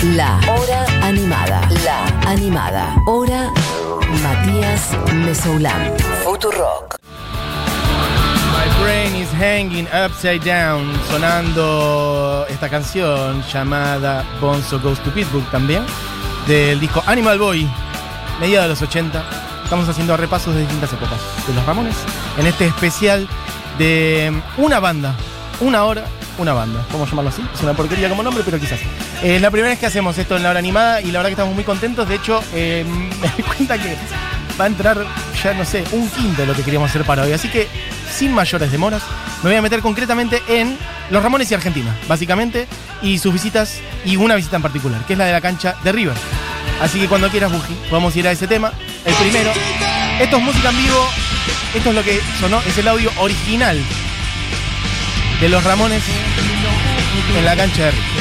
La Hora Animada. La Animada. Hora Matías Mesoulán. Futurock. My brain is hanging upside down. Sonando esta canción llamada Bonzo Goes to Pittsburgh también, del disco Animal Boy, mediados de los 80. Estamos haciendo repasos de distintas épocas de los Ramones en este especial de una banda, una hora, una banda. ¿Cómo llamarlo así? Es una porquería como nombre, pero quizás. Es la primera vez que hacemos esto en la hora animada y la verdad que estamos muy contentos. De hecho, me doy cuenta que va a entrar, ya no sé, un quinto de lo que queríamos hacer para hoy. Así que, sin mayores demoras, me voy a meter concretamente en los Ramones y Argentina, básicamente, y sus visitas, y una visita en particular, que es la de la cancha de River. Así que cuando quieras, Buji, podemos ir a ese tema. El primero, esto es música en vivo, esto es lo que sonó, es el audio original de los Ramones en la cancha de River.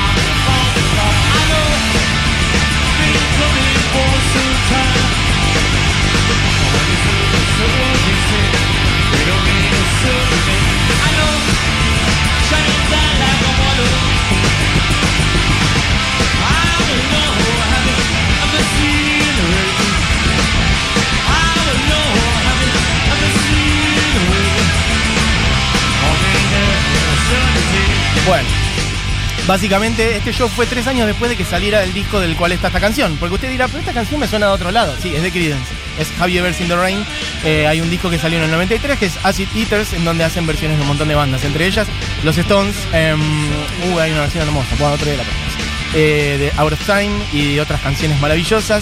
Bueno, básicamente este show fue 3 años después de que saliera el disco del cual está esta canción. Porque usted dirá, pero esta canción me suena de otro lado. Sí, es de Creedence, es Have You Ever Seen the Rain. Hay un disco que salió en el 93 que es Acid Eaters, en donde hacen versiones de un montón de bandas, entre ellas los Stones. Hay una versión hermosa, bueno, otro día la ponemos, de Out of Time y de otras canciones maravillosas.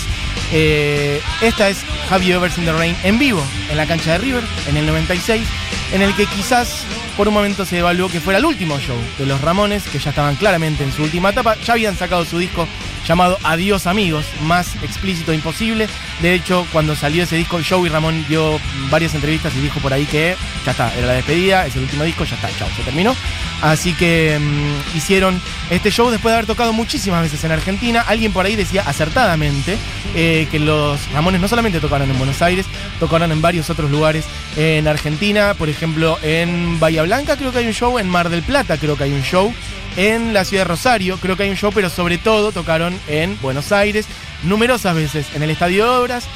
Esta es Have You Ever Seen the Rain en vivo en la cancha de River en el 96, en el que quizás por un momento se evaluó que fuera el último show de los Ramones, que ya estaban claramente en su última etapa. Ya habían sacado su disco llamado Adiós Amigos, más explícito imposible. De hecho, cuando salió ese disco, Joey Ramón dio varias entrevistas y dijo por ahí que ya está, era la despedida, es el último disco, ya está, chao, se terminó. Así que hicieron este show después de haber tocado muchísimas veces en Argentina. Alguien por ahí decía acertadamente que los Ramones no solamente tocaron en Buenos Aires, tocaron en varios otros lugares en Argentina. Por ejemplo, en Bahía Blanca creo que hay un show, en Mar del Plata creo que hay un show, en la ciudad de Rosario creo que hay un show, pero sobre todo tocaron en Buenos Aires numerosas veces, en el Estadio de Obras.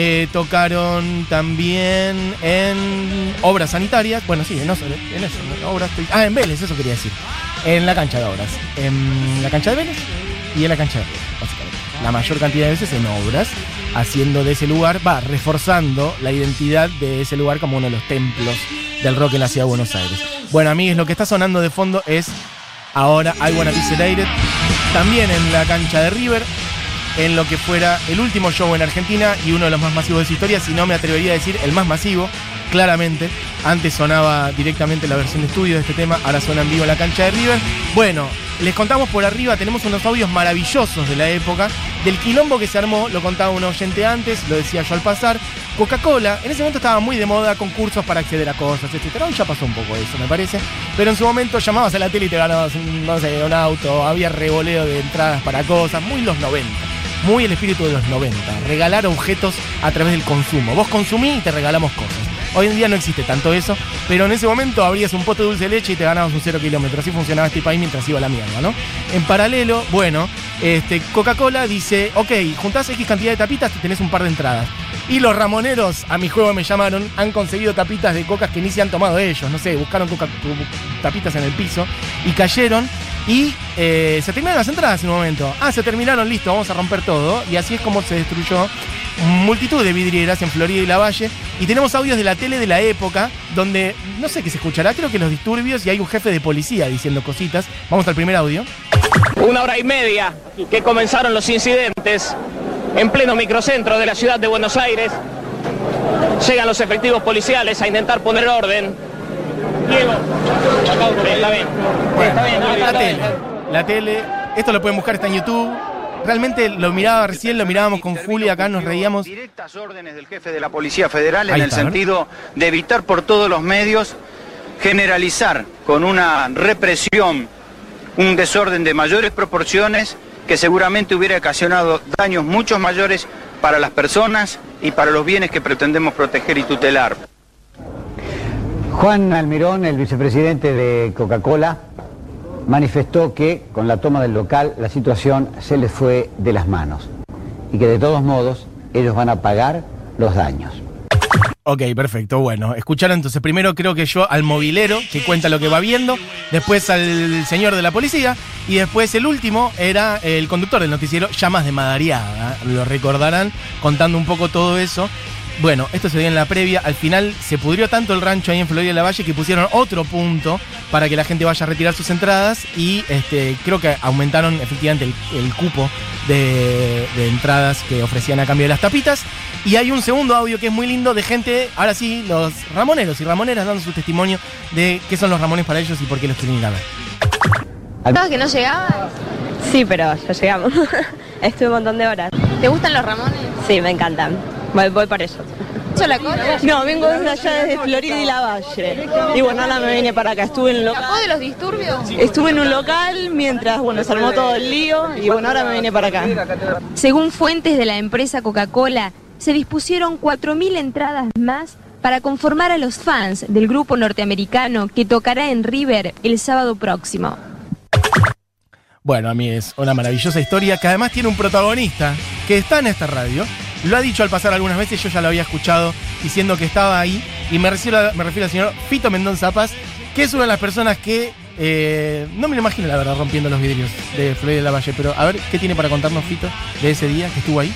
Tocaron también en Obras Sanitarias. Bueno, sí, en Obras. En Vélez, eso quería decir. En la cancha de Obras. En la cancha de Vélez y en la cancha de Vélez, básicamente. La mayor cantidad de veces en Obras, haciendo de ese lugar, reforzando la identidad de ese lugar como uno de los templos del rock en la ciudad de Buenos Aires. Bueno, amigos, lo que está sonando de fondo es ahora I Wanna Be Sedated, también en la cancha de River, en lo que fuera el último show en Argentina y uno de los más masivos de su historia, si no me atrevería a decir el más masivo, claramente. Antes sonaba directamente la versión de estudio de este tema, ahora suena en vivo en la cancha de River. Bueno, les contamos por arriba, tenemos unos audios maravillosos de la época, del quilombo que se armó, lo contaba un oyente antes, lo decía yo al pasar. Coca-Cola, en ese momento estaba muy de moda, concursos para acceder a cosas, etc. Hoy ya pasó un poco eso, me parece. Pero en su momento llamabas a la tele y te ganabas un auto, había revoleo de entradas para cosas, muy los 90. Muy el espíritu de los 90, regalar objetos a través del consumo. Vos consumís y te regalamos cosas. Hoy en día no existe tanto eso, pero en ese momento abrías un pote de dulce de leche y te ganabas un 0 kilómetro. Así funcionaba este país mientras iba a la mierda, ¿no? En paralelo, bueno, Coca-Cola dice, ok, juntás X cantidad de tapitas, te tenés un par de entradas. Y los ramoneros, a mi juego me llamaron, han conseguido tapitas de cocas que ni se han tomado ellos. No sé, buscaron tapitas en el piso y cayeron. Y se terminaron las entradas en un momento. Se terminaron, listo, vamos a romper todo. Y así es como se destruyó multitud de vidrieras en Florida y Lavalle. Y tenemos audios de la tele de la época, donde no sé qué se escuchará, creo que los disturbios, y hay un jefe de policía diciendo cositas. Vamos al primer audio. 1 hora y media que comenzaron los incidentes en pleno microcentro de la ciudad de Buenos Aires. Llegan los efectivos policiales a intentar poner orden. Diego, está bien. Bueno, está bien. La tele, esto lo pueden buscar, está en YouTube. Realmente lo miraba recién, lo mirábamos con Julia, acá nos reíamos. Directas órdenes del jefe de la Policía Federal en el sentido de evitar por todos los medios generalizar con una represión, un desorden de mayores proporciones que seguramente hubiera ocasionado daños muchos mayores para las personas y para los bienes que pretendemos proteger y tutelar. Juan Almirón, el vicepresidente de Coca-Cola, manifestó que con la toma del local la situación se les fue de las manos y que de todos modos ellos van a pagar los daños. Ok, perfecto, bueno, escucharon entonces primero creo que yo al movilero que cuenta lo que va viendo, después al señor de la policía y después el último era el conductor del noticiero Llamas de Madariaga, lo recordarán contando un poco todo eso. Bueno, esto se dio en la previa, al final se pudrió tanto el rancho ahí en Florida de la Valle que pusieron otro punto para que la gente vaya a retirar sus entradas y creo que aumentaron efectivamente el cupo de entradas que ofrecían a cambio de las tapitas. Y hay un segundo audio que es muy lindo de gente, ahora sí, los ramoneros y ramoneras dando su testimonio de qué son los Ramones para ellos y por qué los quieren ir a ver. ¿Sabes que no llegabas? Sí, pero ya llegamos. Estuve un montón de horas. ¿Te gustan los Ramones? Sí, me encantan. Voy por eso. ¿La cola? No, vengo desde allá, desde Florida y la Valle. Y bueno, ahora me vine para acá. Estuve en un local. ¿Escapó de los disturbios? Estuve en un local mientras, se armó todo el lío. Y bueno, ahora me vine para acá. Según fuentes de la empresa Coca-Cola, se dispusieron 4.000 entradas más para conformar a los fans del grupo norteamericano que tocará en River el sábado próximo. Bueno, a mí es una maravillosa historia que además tiene un protagonista que está en esta radio. Lo ha dicho al pasar algunas veces, yo ya lo había escuchado diciendo que estaba ahí. Y me refiero al señor Fito Mendonza Paz, que es una de las personas que, no me lo imagino la verdad rompiendo los vidrios de Florida de la Valle. Pero a ver, ¿qué tiene para contarnos Fito de ese día que estuvo ahí?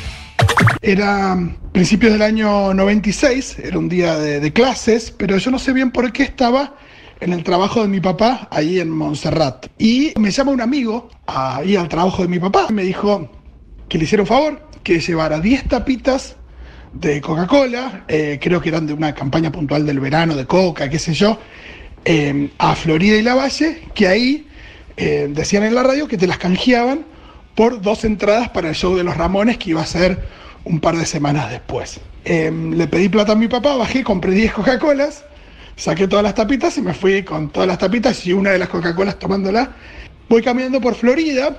Era principios del año 96, era un día de clases, pero yo no sé bien por qué estaba en el trabajo de mi papá, ahí en Montserrat. Y me llama un amigo ahí al trabajo de mi papá, y me dijo que le hiciera un favor, que llevara 10 tapitas de Coca-Cola, creo que eran de una campaña puntual del verano, de Coca, qué sé yo, a Florida y la Valle, que ahí decían en la radio que te las canjeaban por 2 entradas para el show de los Ramones, que iba a ser un par de semanas después. Le pedí plata a mi papá, bajé, compré 10 Coca-Colas, saqué todas las tapitas y me fui con todas las tapitas y una de las Coca-Colas tomándola. Voy caminando por Florida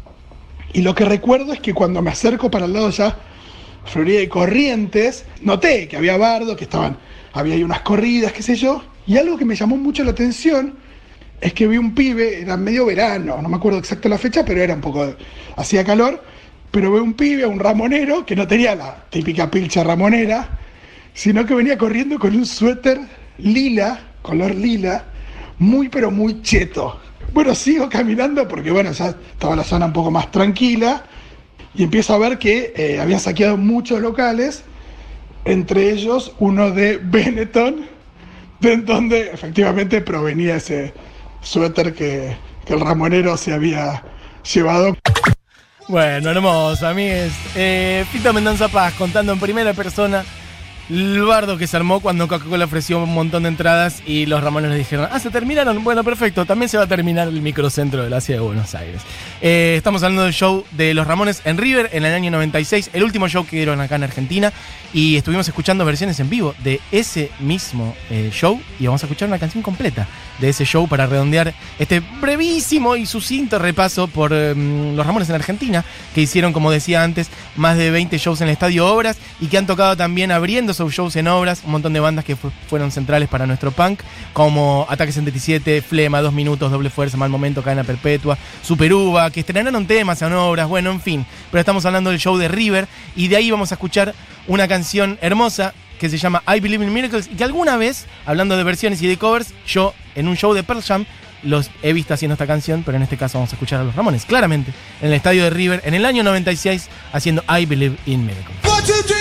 y lo que recuerdo es que cuando me acerco para el lado ya Florida y Corrientes, noté que había bardo, que había ahí unas corridas, qué sé yo, y algo que me llamó mucho la atención es que vi un pibe, era medio verano, no me acuerdo exacto la fecha, pero era un poco, hacía calor, pero veo un pibe, un ramonero, que no tenía la típica pilcha ramonera, sino que venía corriendo con un suéter lila, color lila, muy pero muy cheto. Bueno, sigo caminando porque ya estaba la zona un poco más tranquila y empiezo a ver que habían saqueado muchos locales, entre ellos uno de Benetton, de donde efectivamente provenía ese suéter que el ramonero se había llevado. Bueno, hermoso, amigues. Fito Mendonza Paz contando en primera persona el bardo que se armó cuando Coca-Cola ofreció un montón de entradas y los Ramones les dijeron, ¿se terminaron? Bueno, perfecto, también se va a terminar el microcentro de la ciudad de Buenos Aires. Estamos hablando del show de los Ramones en River en el año 96, el último show que dieron acá en Argentina, y estuvimos escuchando versiones en vivo de ese mismo show, y vamos a escuchar una canción completa de ese show para redondear este brevísimo y sucinto repaso por los Ramones en Argentina, que hicieron, como decía antes, más de 20 shows en el Estadio Obras y que han tocado también abriendo sus shows en Obras, un montón de bandas que fueron centrales para nuestro punk, como Ataque 77, Flema, 2 Minutos, Doble Fuerza, Mal Momento, Cadena Perpetua, Super Uva, que estrenaron temas en Obras, bueno, en fin. Pero estamos hablando del show de River y de ahí vamos a escuchar una canción hermosa que se llama I Believe in Miracles y que alguna vez, hablando de versiones y de covers, yo en un show de Pearl Jam los he visto haciendo esta canción, pero en este caso vamos a escuchar a los Ramones, claramente, en el estadio de River, en el año 96, haciendo I Believe in Miracles.